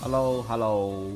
Hello，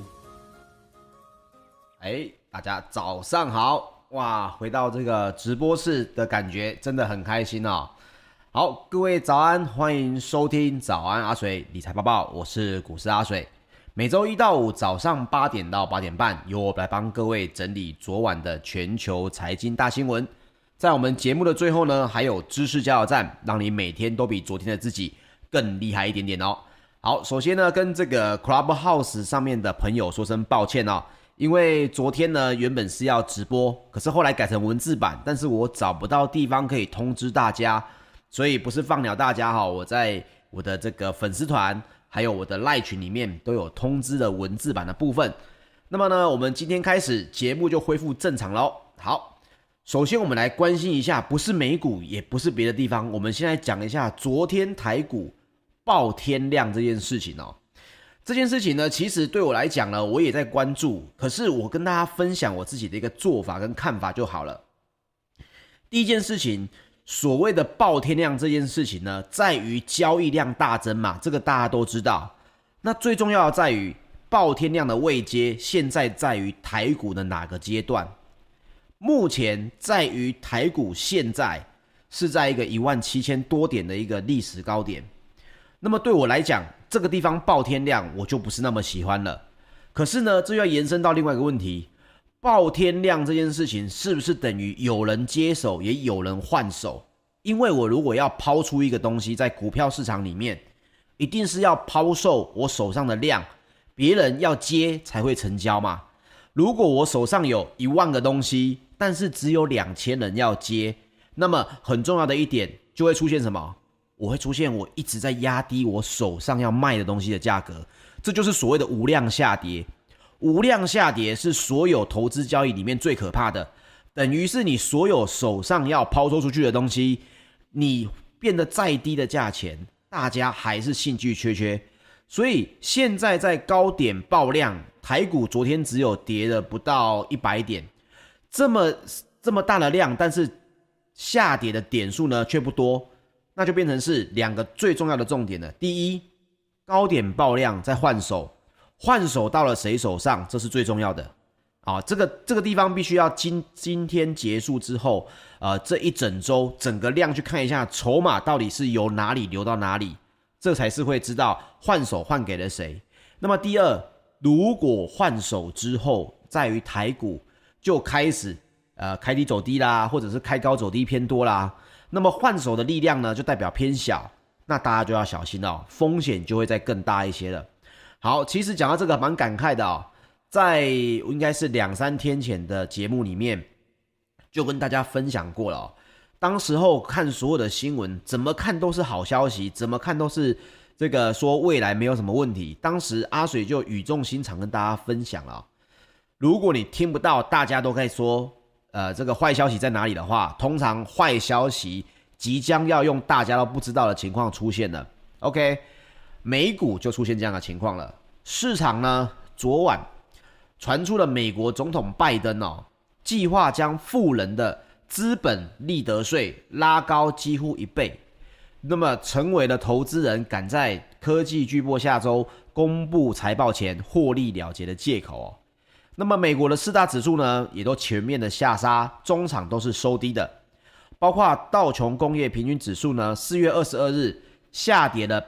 大家早上好！哇，回到这个直播室的感觉真的很开心哦。好，各位早安，欢迎收听早安阿水理财报报，我是股市阿水。每周一到五早上8点到8点半，由我来帮各位整理昨晚的全球财经大新闻。在我们节目的最后呢，还有知识加油站，让你每天都比昨天的自己更厉害一点点哦。好，首先呢，跟这个 Clubhouse 上面的朋友说声抱歉哦，因为昨天呢原本是要直播，可是后来改成文字版，但是我找不到地方可以通知大家，所以不是放鸟大家哈，我在我的这个粉丝团还有我的 LINE 群里面都有通知的文字版的部分。那么呢，我们今天开始节目就恢复正常咯。好，首先我们来关心一下，不是美股也不是别的地方，我们现在讲一下昨天台股爆天量这件事情哦。这件事情呢，其实对我来讲呢，我也在关注，可是我跟大家分享我自己的一个做法跟看法就好了。第一件事情，所谓的爆天量这件事情呢，在于交易量大增嘛，这个大家都知道。那最重要的在于爆天量的位阶，现在在于台股的哪个阶段？目前在于台股现在是在一个17000多点的一个历史高点。那么对我来讲，这个地方爆天量我就不是那么喜欢了。可是呢，这要延伸到另外一个问题，爆天量这件事情是不是等于有人接手也有人换手？因为我如果要抛出一个东西在股票市场里面，一定是要抛售我手上的量，别人要接才会成交嘛。如果我手上有10000个东西，但是只有2000人要接，那么很重要的一点就会出现什么？我会出现我一直在压低我手上要卖的东西的价格，这就是所谓的无量下跌。无量下跌是所有投资交易里面最可怕的，等于是你所有手上要抛售出去的东西，你变得再低的价钱，大家还是兴趣缺缺。所以现在在高点爆量，台股昨天只有跌了不到100点，这么大的量，但是下跌的点数呢却不多。那就变成是两个最重要的重点了。第一，高点爆量再换手，换手到了谁手上，这是最重要的。这个地方必须要今天结束之后，这一整周整个量去看一下筹码到底是由哪里流到哪里，这才是会知道换手换给了谁。那么第二，如果换手之后，在于台股就开始开低走低啦，或者是开高走低偏多啦。那么换手的力量呢，就代表偏小，那大家就要小心哦，风险就会再更大一些了。好，其实讲到这个蛮感慨的哦，在应该是2-3天前的节目里面，就跟大家分享过了哦。当时候看所有的新闻，怎么看都是好消息，怎么看都是这个说未来没有什么问题。当时阿水就语重心长跟大家分享了哦，如果你听不到大家都可以说这个坏消息在哪里的话，通常坏消息即将要用大家都不知道的情况出现了。OK， 美股就出现这样的情况了。市场呢，昨晚传出了美国总统拜登计划将富人的资本利得税拉高几乎1倍，那么成为了投资人赶在科技巨擘下周公布财报前获利了结的借口哦。那么美国的4大指数呢，也都全面的下杀，中场都是收低的，包括道琼工业平均指数呢，4月22日下跌了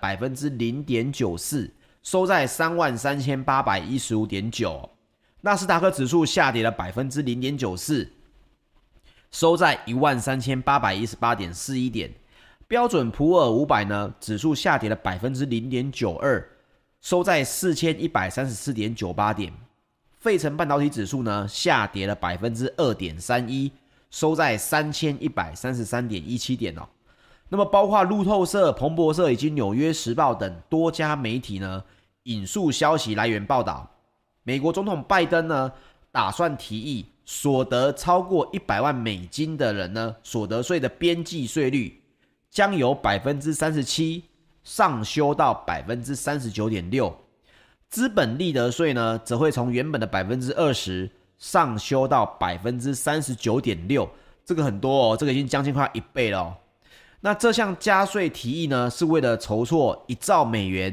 0.94%， 收在 33,815.9， 纳斯达克指数下跌了 0.94%， 收在 13,818.41 点，标准普尔500呢指数下跌了 0.92%， 收在 4,134.98 点，费城半导体指数呢下跌了 2.31%， 收在 3133.17 点哦。那么包括路透社、彭博社以及纽约时报等多家媒体呢，引述消息来源报道，美国总统拜登呢打算提议所得超过100万美金的人呢，所得税的边际税率将由 37% 上修到 39.6%， 资本利得税呢则会从原本的 20% 上修到 39.6%， 这个很多哦，这个已经将近快1倍了哦。那这项加税提议呢，是为了筹措1兆美元，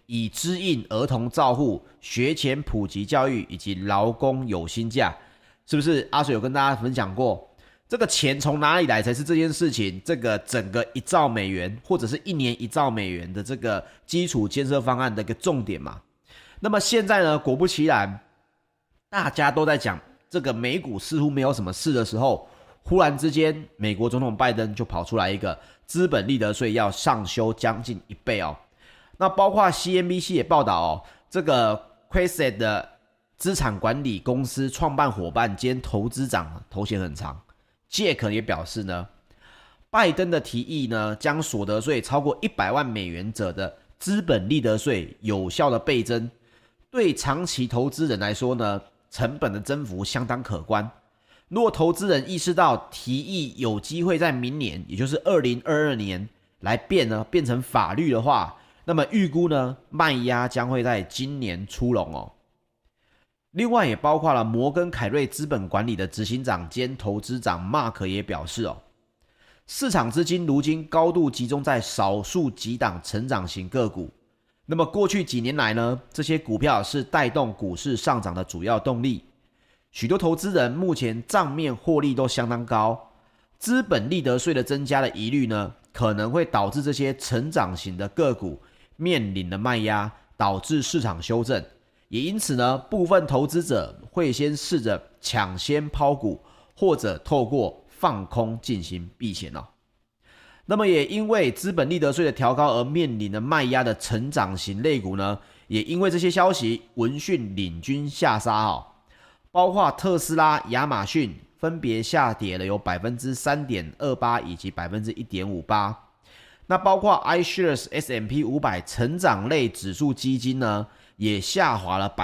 以支应儿童照护、学前普及教育以及劳工有薪假，是不是阿水有跟大家分享过？这个钱从哪里来才是这件事情，这个整个1兆美元或者是1年1兆美元的这个基础建设方案的一个重点嘛。那么现在呢，果不其然，大家都在讲这个美股似乎没有什么事的时候，忽然之间美国总统拜登就跑出来一个资本利得税要上修将近1倍哦。那包括 CNBC 也报道哦，这个 Quaested 的资产管理公司创办伙伴兼投资长，头衔很长，Jack 也表示呢，拜登的提议呢，将所得税超过100万美元者的资本利得税有效的倍增，对长期投资人来说呢，成本的增幅相当可观。如果投资人意识到提议有机会在明年，也就是2022年来变成法律的话，那么预估呢，卖压将会在今年出笼哦。另外也包括了摩根凯瑞资本管理的执行长兼投资长 Mark 也表示哦，市场资金如今高度集中在少数几档成长型个股。那么过去几年来呢，这些股票是带动股市上涨的主要动力。许多投资人目前账面获利都相当高，资本利得税的增加的疑虑呢，可能会导致这些成长型的个股面临的卖压，导致市场修正。也因此呢，部分投资者会先试着抢先抛股，或者透过放空进行避险哦。那么也因为资本利得税的调高而面临的卖压的成长型类股呢，也因为这些消息闻讯领军下杀哦。包括特斯拉、亚马逊分别下跌了有 3.28% 以及 1.58%。那包括 iShares S&P 500 成长类指数基金呢，也下滑了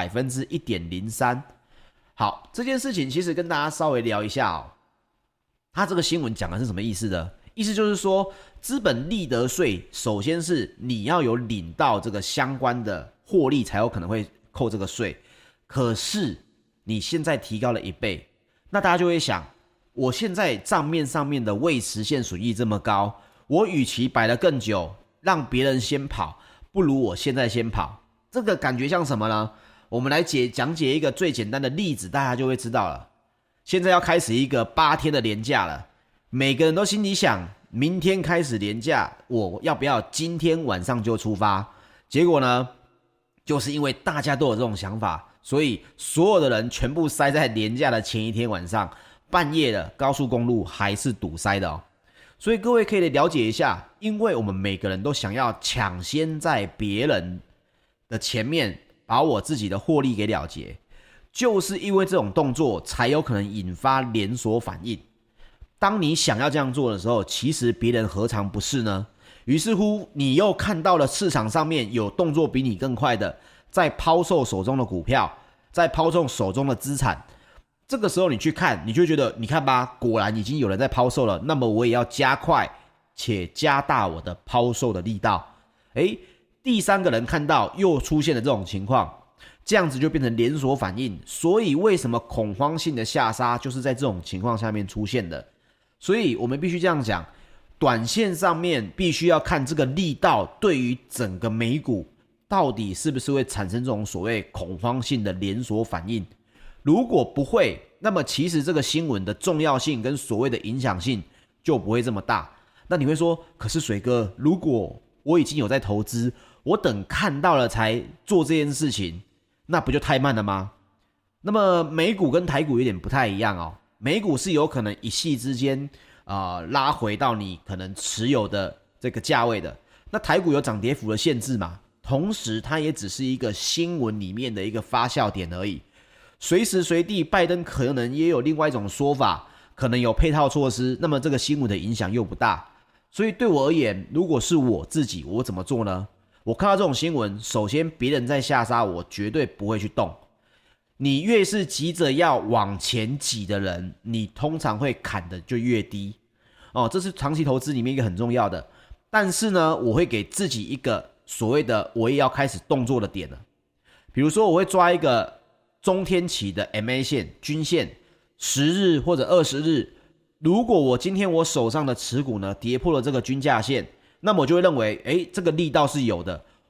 1.03%。好，这件事情其实跟大家稍微聊一下哦。他这个新闻讲的是什么意思呢？意思就是说，资本利得税首先是你要有领到这个相关的获利才有可能会扣这个税，可是你现在提高了1倍，那大家就会想，我现在账面上面的未实现损益这么高，我与其摆得更久，让别人先跑，不如我现在先跑。这个感觉像什么呢？我们来讲解一个最简单的例子，大家就会知道了。现在要开始一个8天的连假了，每个人都心里想，明天开始连假，我要不要今天晚上就出发？结果呢，就是因为大家都有这种想法，所以所有的人全部塞在连假的前一天晚上，半夜的高速公路还是堵塞的哦。所以各位可以了解一下，因为我们每个人都想要抢先在别人的前面把我自己的获利给了结，就是因为这种动作才有可能引发连锁反应。当你想要这样做的时候，其实别人何尝不是呢？于是乎你又看到了市场上面有动作比你更快的，在抛售手中的股票，在抛售手中的资产。这个时候你去看，你就会觉得，你看吧，果然已经有人在抛售了，那么我也要加快且加大我的抛售的力道。第三个人看到又出现了这种情况，这样子就变成连锁反应。所以为什么恐慌性的下杀就是在这种情况下面出现的？所以我们必须这样讲，短线上面必须要看这个力道对于整个美股到底是不是会产生这种所谓恐慌性的连锁反应。如果不会，那么其实这个新闻的重要性跟所谓的影响性就不会这么大。那你会说，可是水哥，如果我已经有在投资，我等看到了才做这件事情，那不就太慢了吗？那么美股跟台股有点不太一样哦。美股是有可能一夕之间拉回到你可能持有的这个价位的，那台股有涨跌幅的限制嘛，同时它也只是一个新闻里面的一个发酵点而已。随时随地拜登可能也有另外一种说法，可能有配套措施，那么这个新闻的影响又不大。所以对我而言，如果是我自己，我怎么做呢？我看到这种新闻，首先别人在下杀，我绝对不会去动。你越是急着要往前挤的人，你通常会砍的就越低哦，这是长期投资里面一个很重要的。但是呢，我会给自己一个所谓的我也要开始动作的点了。比如说，我会抓一个中天期的 MA 线均线10日或者20日，如果我今天我手上的持股呢跌破了这个均价线，那么我就会认为这个力道是有的，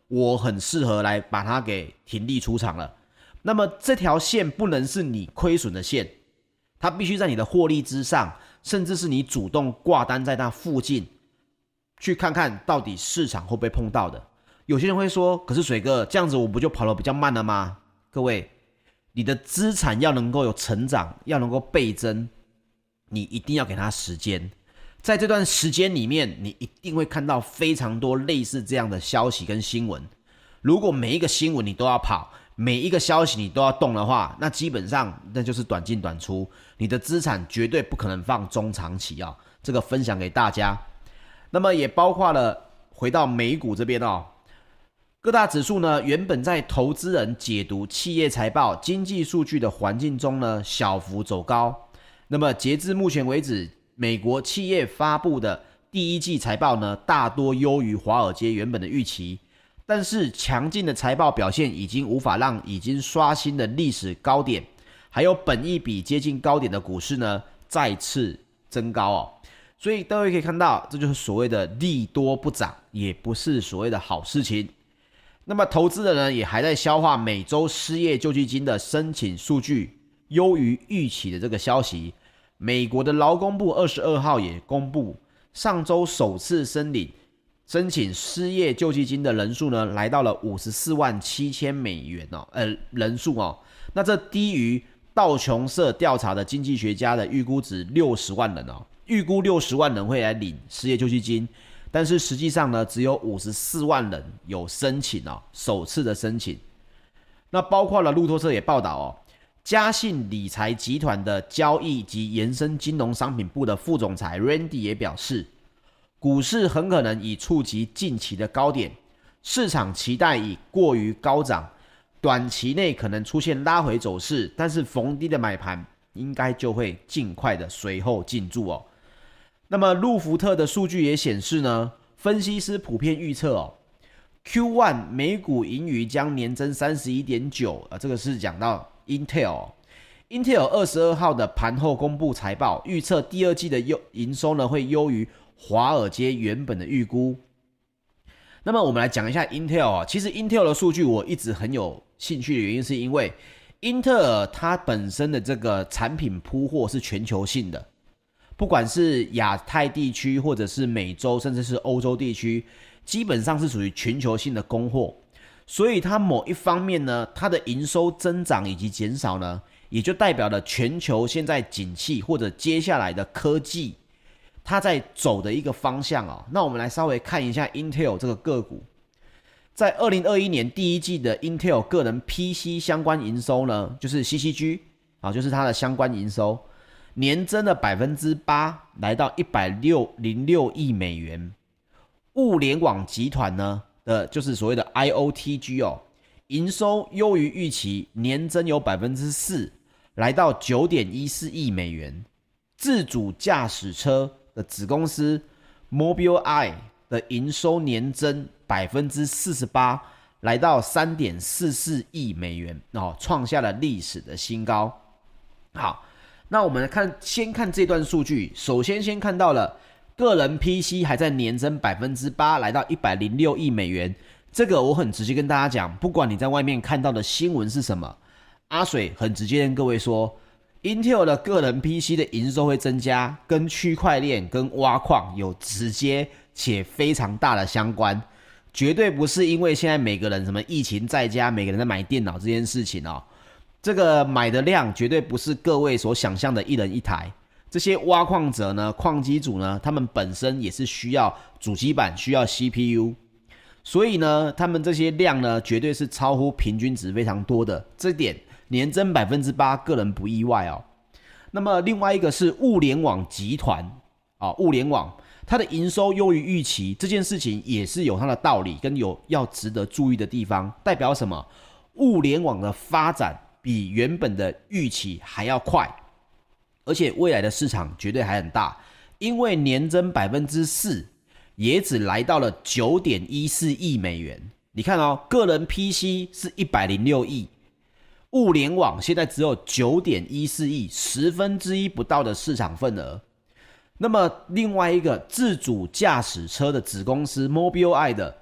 我很适合来把它给停利出场了。那么这条线不能是你亏损的线，它必须在你的获利之上，甚至是你主动挂单在那附近，去看看到底市场会不会碰到的。有些人会说，可是水哥这样子我不就跑得比较慢了吗？各位，你的资产要能够有成长，要能够倍增，你一定要给它时间。在这段时间里面，你一定会看到非常多类似这样的消息跟新闻。如果每一个新闻你都要跑，每一个消息你都要动的话，那基本上那就是短进短出，你的资产绝对不可能放中长期啊。这个分享给大家。那么也包括了回到美股这边哦，各大指数呢，原本在投资人解读企业财报、经济数据的环境中呢，小幅走高。那么截至目前为止，美国企业发布的第一季财报呢，大多优于华尔街原本的预期，但是强劲的财报表现已经无法让已经刷新的历史高点，还有本益比接近高点的股市呢，再次增高哦。所以各位可以看到，这就是所谓的利多不涨，也不是所谓的好事情。那么投资人呢，也还在消化每周失业救济金的申请数据优于预期的这个消息。美国的劳工部22号也公布，上周首次申请失业救济金的人数呢，来到了54万7000美元人数哦。那这低于道琼社调查的经济学家的预估值60万人哦，预估60万人会来领失业救济金，但是实际上呢，只有54万人有申请哦，首次的申请。那包括了路透社也报道哦，嘉信理财集团的交易及延伸金融商品部的副总裁 Randy 也表示，股市很可能已触及近期的高点，市场期待已过于高涨，短期内可能出现拉回走势，但是逢低的买盘应该就会尽快的随后进驻哦。那么路福特的数据也显示呢，分析师普遍预测哦，Q1 每股盈余将年增 31.9%，这个是讲到Intel 22号的盘后公布财报，预测第二季的营收呢会优于华尔街原本的预估。那么我们来讲一下 Intel 啊，其实 Intel 的数据我一直很有兴趣的原因，是因为英特尔它本身的这个产品铺货是全球性的，不管是亚太地区或者是美洲甚至是欧洲地区，基本上是属于全球性的供货。所以它某一方面呢，它的营收增长以及减少呢，也就代表了全球现在景气或者接下来的科技它在走的一个方向哦。那我们来稍微看一下 Intel 这个个股，在2021年第一季的 Intel 个人 PC 相关营收呢，就是 CCG 就是它的相关营收年增了 8%， 来到106亿美元。物联网集团呢就是所谓的 IOTG 哦，营收优于预期，年增有 4%， 来到 9.14 亿美元。自主驾驶车的子公司 Mobileye 的营收年增 48%， 来到 3.44 亿美元哦，创下了历史的新高。好，那我们先看这段数据，首先看到了个人 PC 还在年增 8%， 来到106亿美元。这个我很直接跟大家讲，不管你在外面看到的新闻是什么，阿水很直接跟各位说， Intel 的个人 PC 的营收会增加，跟区块链跟挖矿有直接且非常大的相关，绝对不是因为现在每个人什么疫情在家，每个人在买电脑这件事情哦。这个买的量绝对不是各位所想象的一人一台。这些挖矿者呢，矿机主呢，他们本身也是需要主机板，需要 CPU， 所以呢，他们这些量呢，绝对是超乎平均值非常多的，这点年增 8%， 个人不意外哦。那么另外一个是物联网集团物联网它的营收优于预期，这件事情也是有它的道理跟有要值得注意的地方，代表什么？物联网的发展比原本的预期还要快，而且未来的市场绝对还很大，因为年增 4%， 也只来到了 9.14 亿美元。你看哦，个人 PC 是106亿，物联网现在只有 9.14 亿，1/10不到的市场份额。那么另外一个自主驾驶车的子公司 Mobileye 的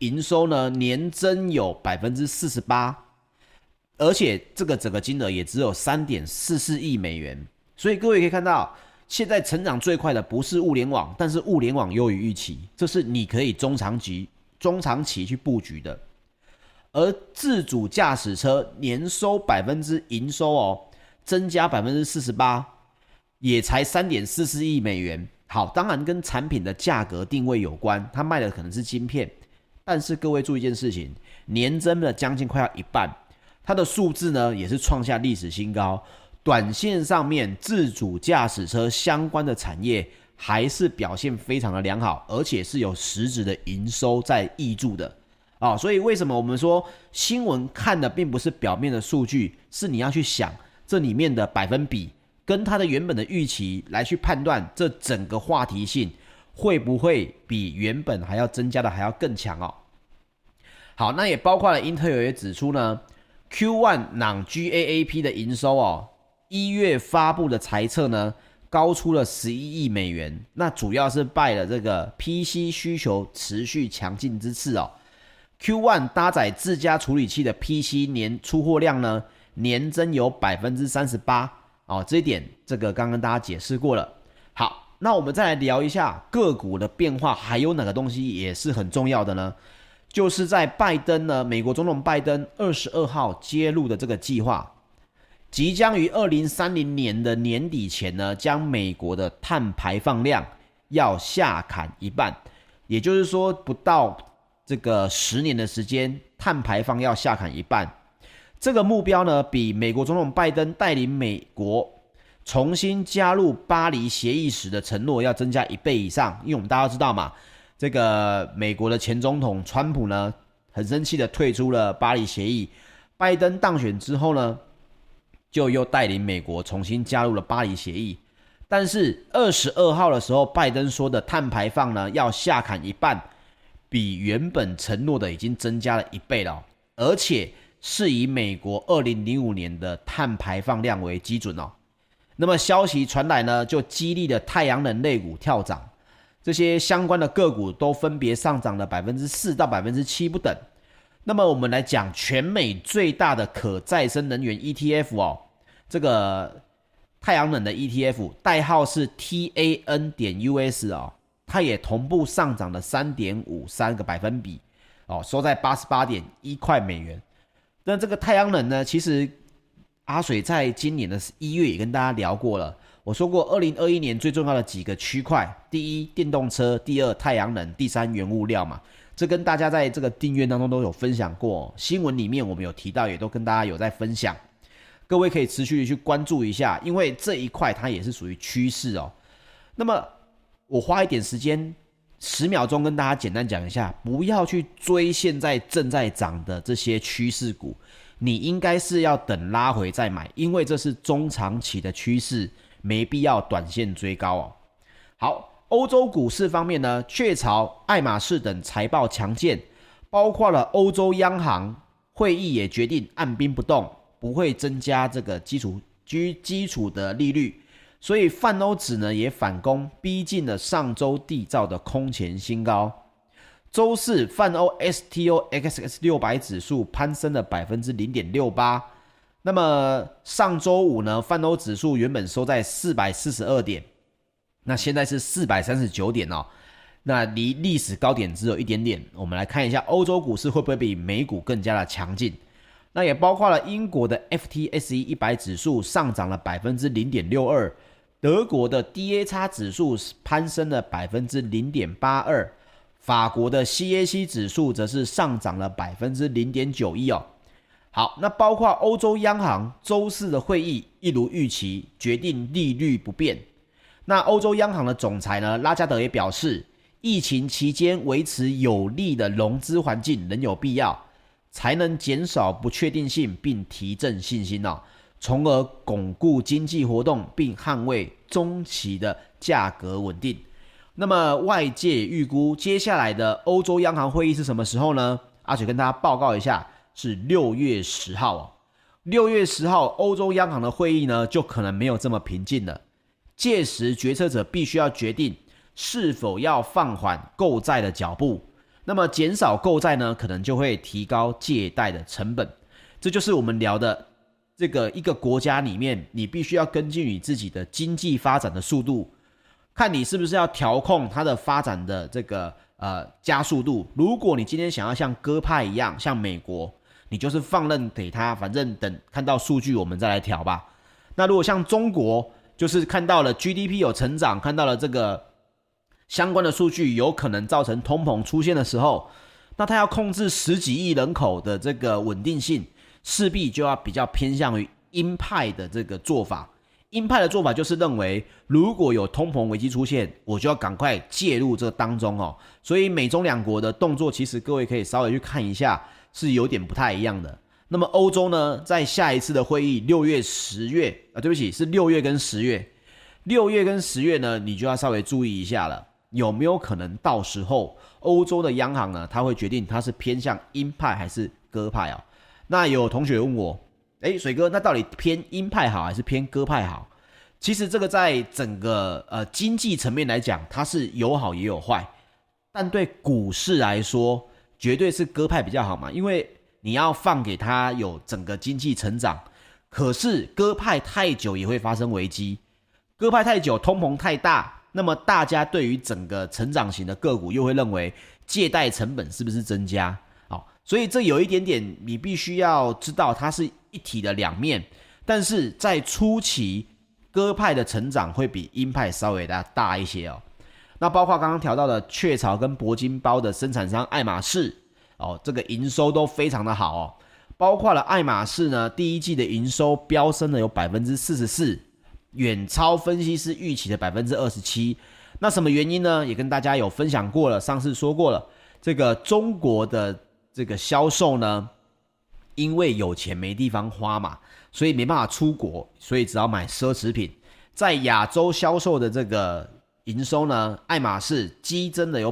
营收呢年增有 48%， 而且这个整个金额也只有 3.44 亿美元。所以各位可以看到，现在成长最快的不是物联网，但是物联网优于预期，这是你可以中长期去布局的。而自主驾驶车年收营收增加 48%， 也才 3.44 亿美元。好，当然跟产品的价格定位有关，它卖的可能是晶片，但是各位注意一件事情，年增了将近快要一半，它的数字呢也是创下历史新高。短线上面自主驾驶车相关的产业还是表现非常的良好，而且是有实质的营收在挹注的。所以为什么我们说新闻看的并不是表面的数据，是你要去想这里面的百分比跟它的原本的预期来去判断这整个话题性会不会比原本还要增加的还要更强好，那也包括了英特尔也指出呢 Q1 non-GAAP 的营收1月发布的财测呢高出了11亿美元，那主要是拜了这个 PC 需求持续强劲之赐Q1 搭载自家处理器的 PC 年出货量呢年增有 38%这一点这个刚刚大家解释过了。好，那我们再来聊一下个股的变化，还有哪个东西也是很重要的呢？就是在美国总统拜登22号揭露的这个计划，即将于2030年的年底前呢，将美国的碳排放量要下砍一半，也就是说不到这个10年的时间，碳排放要下砍一半。这个目标呢，比美国总统拜登带领美国重新加入巴黎协议时的承诺要增加1倍以上。因为我们大家都知道嘛，这个美国的前总统川普呢，很生气的退出了巴黎协议。拜登当选之后呢，就又带领美国重新加入了巴黎协议。但是22号的时候，拜登说的碳排放呢要下砍一半，比原本承诺的已经增加了1倍了，而且是以美国2005年的碳排放量为基准那么消息传来呢，就激励了太阳能类股跳涨，这些相关的个股都分别上涨了 4% 到 7% 不等。那么我们来讲全美最大的可再生能源 ETF 这个太阳能的 ETF 代号是 TAN.US 它也同步上涨了 3.53 个百分比收在 88.1 块美元。那这个太阳能呢，其实阿水在今年的1月也跟大家聊过了，我说过2021年最重要的几个区块，第一电动车，第二太阳能，第三原物料嘛，这跟大家在这个订阅当中都有分享过，新闻里面我们有提到，也都跟大家有在分享，各位可以持续的去关注一下，因为这一块它也是属于趋势那么我花一点时间10秒钟跟大家简单讲一下，不要去追现在正在涨的这些趋势股，你应该是要等拉回再买，因为这是中长期的趋势，没必要短线追高好，欧洲股市方面呢，雀巢、爱马仕等财报强健，包括了欧洲央行会议也决定按兵不动，不会增加这个基础的利率。所以泛欧指呢也反攻，逼近了上周缔造的空前新高。周四泛欧 STOXX 600指数攀升了 0.68%。那么上周五呢，泛欧指数原本收在442点，那现在是439点那离历史高点只有一点点。我们来看一下欧洲股市会不会比美股更加的强劲。那也包括了英国的 FTSE 100指数上涨了 0.62%。德国的 DAX 指数攀升了 0.82%， 法国的 CAC 指数则是上涨了 0.91%。好，那包括欧洲央行周四的会议一如预期决定利率不变。那欧洲央行的总裁呢，拉加德也表示，疫情期间维持有利的融资环境仍有必要，才能减少不确定性并提振信心从而巩固经济活动并捍卫中期的价格稳定。那么外界预估接下来的欧洲央行会议是什么时候呢？阿水跟大家报告一下，是6月10号6月10号欧洲央行的会议呢，就可能没有这么平静了。届时决策者必须要决定是否要放缓购债的脚步， 那么减少购债呢，可能就会提高借贷的成本。这就是我们聊的这个一个国家里面，你必须要根据你自己的经济发展的速度，看你是不是要调控它的发展的这个加速度。如果你今天想要像鸽派一样，像美国，你就是放任给他，反正等看到数据我们再来调吧。那如果像中国，就是看到了 GDP 有成长，看到了这个相关的数据有可能造成通膨出现的时候，那他要控制10几亿人口的这个稳定性，势必就要比较偏向于鹰派的这个做法。鹰派的做法就是认为，如果有通膨危机出现，我就要赶快介入这当中哦。所以美中两国的动作，其实各位可以稍微去看一下，是有点不太一样的。那么欧洲呢，在下一次的会议6月、10月对不起，是6月跟10月。6月跟10月呢，你就要稍微注意一下了，有没有可能到时候欧洲的央行呢，它会决定它是偏向鹰派还是鸽派啊？那有同学问我，水哥，那到底偏鹰派好还是偏鸽派好？其实这个在整个经济层面来讲，它是有好也有坏，但对股市来说，绝对是鸽派比较好嘛，因为你要放给它有整个经济成长，可是鸽派太久也会发生危机，鸽派太久，通膨太大，那么大家对于整个成长型的个股又会认为借贷成本是不是增加？所以这有一点点你必须要知道它是一体的两面，但是在初期鸽派的成长会比鹰派稍微大一些哦。那包括刚刚调到的雀巢跟铂金包的生产商爱马仕这个营收都非常的好哦，包括了爱马仕呢，第一季的营收飙升了有 44%， 远超分析师预期的 27%。 那什么原因呢？也跟大家有分享过了，上次说过了，这个中国的这个销售呢，因为有钱没地方花嘛，所以没办法出国，所以只好买奢侈品。在亚洲销售的这个营收呢，爱马仕激增的有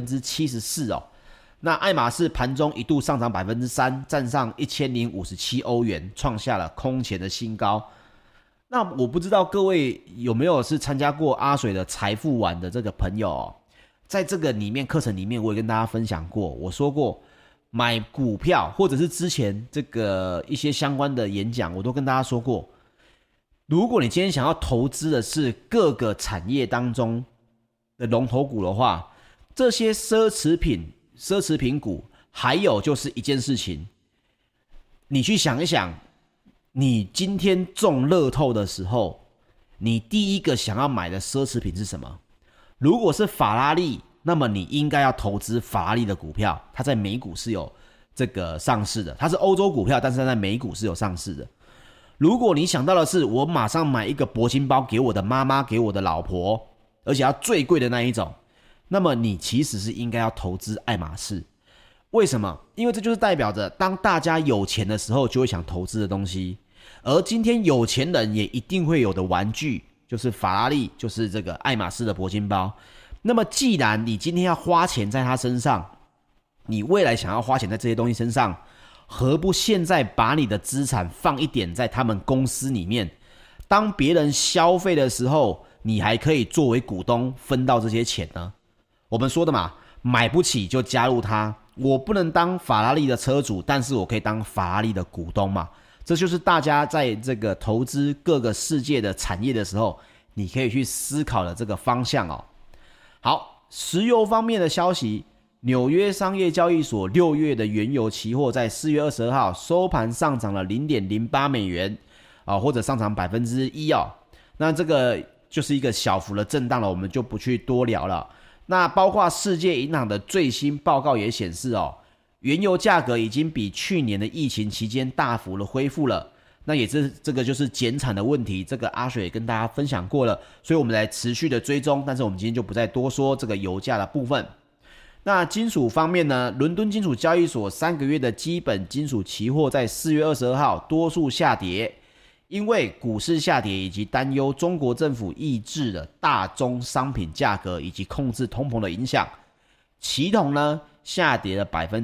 74% 哦。那爱马仕盘中一度上涨 3%， 站上1057欧元，创下了空前的新高。那我不知道各位有没有是参加过阿水的财富玩的这个朋友哦，在这个里面课程里面我也跟大家分享过，我说过买股票或者是之前这个一些相关的演讲，我都跟大家说过，如果你今天想要投资的是各个产业当中的龙头股的话，这些奢侈品股，还有就是一件事情，你去想一想，你今天中乐透的时候，你第一个想要买的奢侈品是什么？如果是法拉利，那么你应该要投资法拉利的股票，它在美股是有这个上市的，它是欧洲股票，但是它在美股是有上市的。如果你想到的是我马上买一个铂金包给我的妈妈，给我的老婆，而且要最贵的那一种，那么你其实是应该要投资爱马仕。为什么？因为这就是代表着当大家有钱的时候就会想投资的东西，而今天有钱人也一定会有的玩具就是法拉利，就是这个爱马仕的铂金包。那么既然你今天要花钱在他身上，你未来想要花钱在这些东西身上，何不现在把你的资产放一点在他们公司里面，当别人消费的时候，你还可以作为股东分到这些钱呢？我们说的嘛，买不起就加入他，我不能当法拉利的车主，但是我可以当法拉利的股东嘛。这就是大家在这个投资各个世界的产业的时候，你可以去思考的这个方向哦。好，石油方面的消息，纽约商业交易所6月的原油期货在4月22号收盘上涨了 0.08 美元或者上涨 1% 哦。那这个就是一个小幅的震荡了，我们就不去多聊了。那包括世界银行的最新报告也显示原油价格已经比去年的疫情期间大幅的恢复了。那也是这个就是减产的问题，这个阿水也跟大家分享过了，所以我们来持续的追踪，但是我们今天就不再多说这个油价的部分。那金属方面呢，伦敦金属交易所3个月的基本金属期货在4月22号多数下跌，因为股市下跌以及担忧中国政府抑制了大宗商品价格以及控制通膨的影响，期铜呢下跌了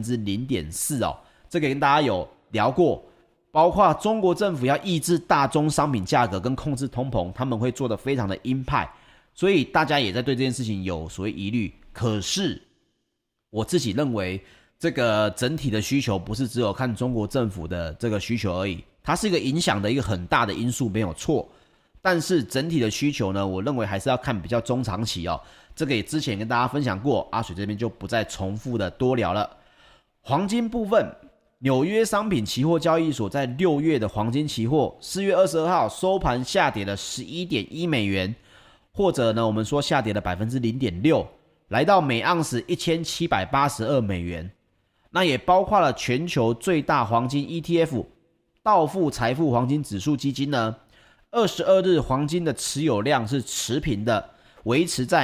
0.4% 这个跟大家有聊过，包括中国政府要抑制大宗商品价格跟控制通膨，他们会做得非常的鹰派，所以大家也在对这件事情有所谓疑虑。可是我自己认为这个整体的需求不是只有看中国政府的这个需求而已，它是一个影响的一个很大的因素，没有错。但是整体的需求呢，我认为还是要看比较中长期哦。这个也之前跟大家分享过，阿水这边就不再重复的多聊了。黄金部分，纽约商品期货交易所在6月的黄金期货4月22号收盘下跌了 11.1 美元，或者呢我们说下跌了 0.6%， 来到每盎司1782美元。那也包括了全球最大黄金 ETF 道富财富黄金指数基金呢，22日黄金的持有量是持平的，维持在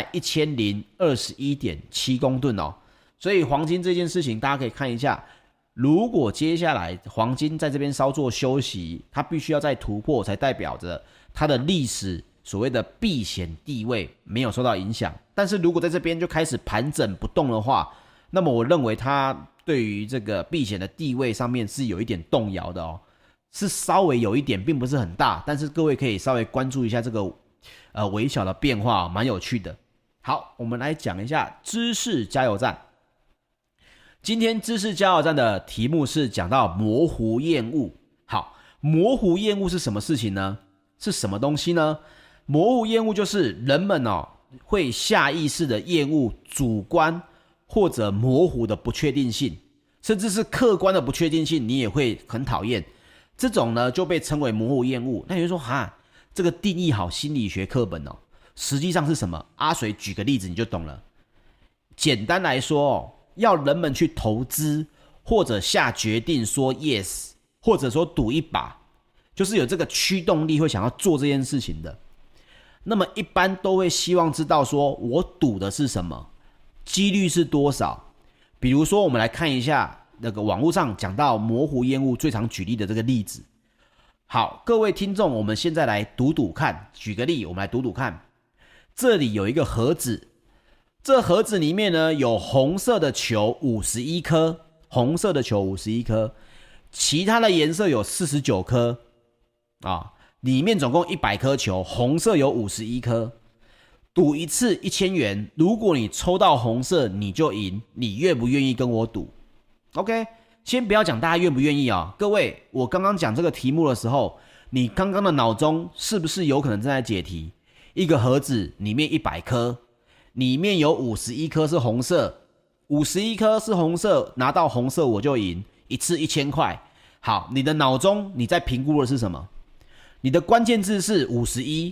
1021.7公吨哦。所以黄金这件事情大家可以看一下，如果接下来黄金在这边稍作休息，它必须要再突破，才代表着它的历史所谓的避险地位没有受到影响。但是如果在这边就开始盘整不动的话，那么我认为它对于这个避险的地位上面是有一点动摇的哦，是稍微有一点，并不是很大，但是各位可以稍微关注一下这个微小的变化，蛮有趣的。好，我们来讲一下知识加油站。今天知识加油站的题目是讲到模糊厌恶。好，模糊厌恶是什么事情呢？是什么东西呢？模糊厌恶就是人们会下意识的厌恶主观或者模糊的不确定性，甚至是客观的不确定性，你也会很讨厌。这种呢就被称为模糊厌恶。那有人说这个定义好心理学课本哦，实际上是什么？阿水举个例子你就懂了。简单来说要人们去投资或者下决定说 yes， 或者说赌一把，就是有这个驱动力会想要做这件事情的。那么一般都会希望知道说我赌的是什么，几率是多少。比如说我们来看一下那个网络上讲到模糊厌恶最常举例的这个例子。好，各位听众，我们现在来赌赌看，举个例，我们来赌赌看。这里有一个盒子，这盒子里面呢有红色的球51颗，红色的球51颗，其他的颜色有49颗里面总共100颗球，红色有51颗。赌一次1000元，如果你抽到红色你就赢，你愿不愿意跟我赌？ OK， 先不要讲大家愿不愿意各位，我刚刚讲这个题目的时候，你刚刚的脑中是不是有可能正在解题？一个盒子里面100颗，里面有51颗是红色，51颗是红色，拿到红色我就赢，一次1000块。好，你的脑中你在评估的是什么？你的关键字是51%，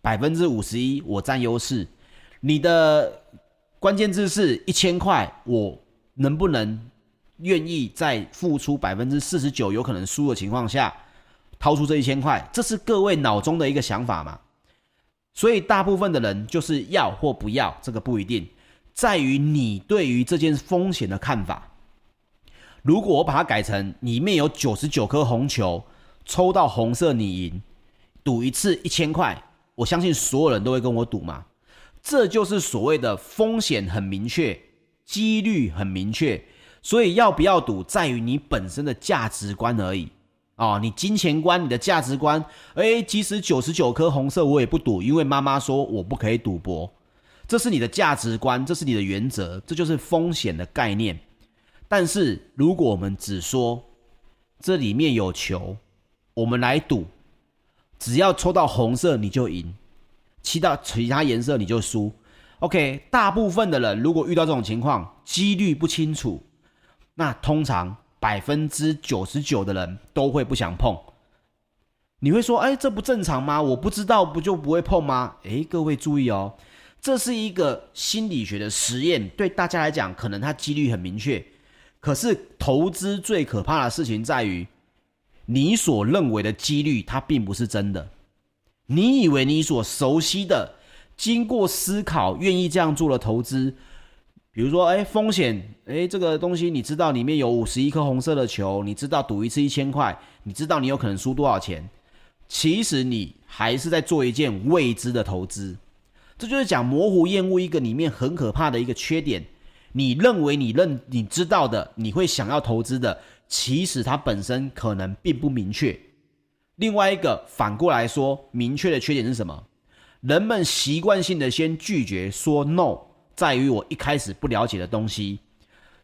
51%我占优势。你的关键字是1000块，我能不能愿意在付出 49% 有可能输的情况下掏出这1000块？这是各位脑中的一个想法嘛。所以大部分的人就是要或不要，这个不一定，在于你对于这件风险的看法。如果我把它改成里面有99颗红球，抽到红色你赢，赌一次1000块，我相信所有人都会跟我赌嘛。这就是所谓的风险很明确，几率很明确。所以要不要赌在于你本身的价值观而已你金钱观，你的价值观，即使99颗红色我也不赌，因为妈妈说我不可以赌博。这是你的价值观，这是你的原则，这就是风险的概念。但是如果我们只说这里面有球，我们来赌，只要抽到红色你就赢，其他颜色你就输。 OK， 大部分的人如果遇到这种情况，几率不清楚，那通常99%的人都会不想碰。你会说这不正常吗？我不知道不就不会碰吗？各位注意这是一个心理学的实验，对大家来讲可能它几率很明确，可是投资最可怕的事情在于你所认为的几率它并不是真的。你以为你所熟悉的经过思考愿意这样做的投资，比如说风险这个东西你知道里面有51颗红色的球，你知道赌一次1000块，你知道你有可能输多少钱，其实你还是在做一件未知的投资。这就是讲模糊厌恶一个里面很可怕的一个缺点。你认为你知道的，你会想要投资的，其实它本身可能并不明确。另外一个反过来说，明确的缺点是什么？人们习惯性的先拒绝说 no， 在于我一开始不了解的东西。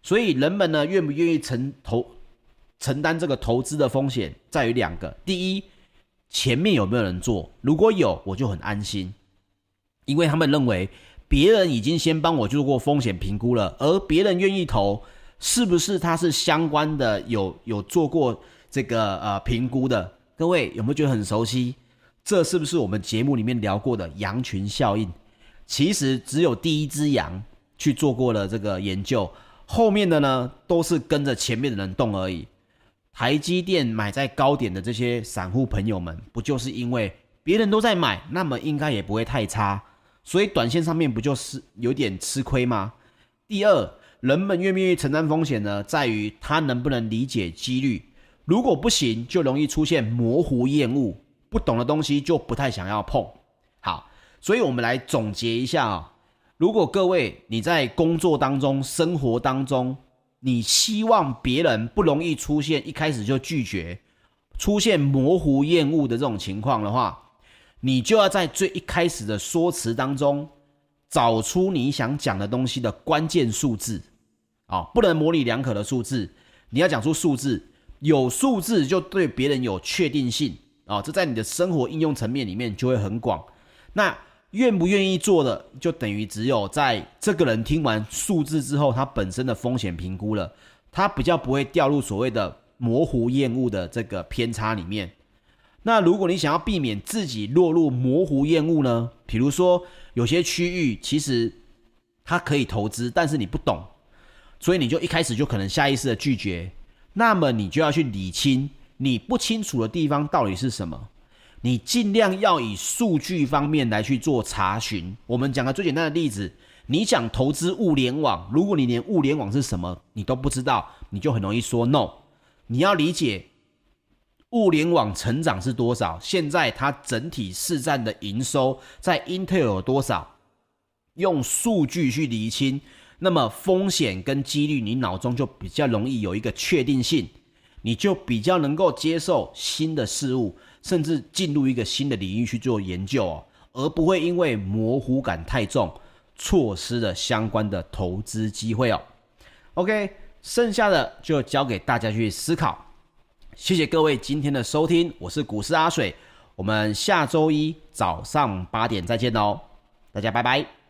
所以人们呢愿不愿意承担这个投资的风险，在于两个。第一，前面有没有人做？如果有，我就很安心，因为他们认为别人已经先帮我做过风险评估了，而别人愿意投，是不是他是相关的有做过这个评估的？各位有没有觉得很熟悉？这是不是我们节目里面聊过的羊群效应？其实只有第一只羊去做过了这个研究，后面的呢都是跟着前面的人动而已。台积电买在高点的这些散户朋友们，不就是因为别人都在买，那么应该也不会太差，所以短线上面不就是有点吃亏吗？第二，人们愿不愿意承担风险呢，在于他能不能理解几率。如果不行，就容易出现模糊厌恶，不懂的东西就不太想要碰。好，所以我们来总结一下啊，如果各位你在工作当中、生活当中，你希望别人不容易出现一开始就拒绝、出现模糊厌恶的这种情况的话，你就要在最一开始的说辞当中找出你想讲的东西的关键数字啊，不能模棱两可的数字，你要讲出数字，有数字就对别人有确定性啊，这在你的生活应用层面里面就会很广。那愿不愿意做的，就等于只有在这个人听完数字之后，他本身的风险评估了，他比较不会掉入所谓的模糊厌恶的这个偏差里面。那如果你想要避免自己落入模糊厌恶呢，比如说有些区域其实它可以投资，但是你不懂，所以你就一开始就可能下意识的拒绝，那么你就要去理清你不清楚的地方到底是什么，你尽量要以数据方面来去做查询。我们讲个最简单的例子，你想投资物联网，如果你连物联网是什么你都不知道，你就很容易说 no。 你要理解物联网成长是多少，现在它整体市占的营收在 Intel 有多少，用数据去厘清，那么风险跟几率你脑中就比较容易有一个确定性，你就比较能够接受新的事物，甚至进入一个新的领域去做研究哦，而不会因为模糊感太重，错失了相关的投资机会哦。OK， 剩下的就交给大家去思考。谢谢各位今天的收听，我是股市阿水，我们下周一早上8点再见哦，大家拜拜。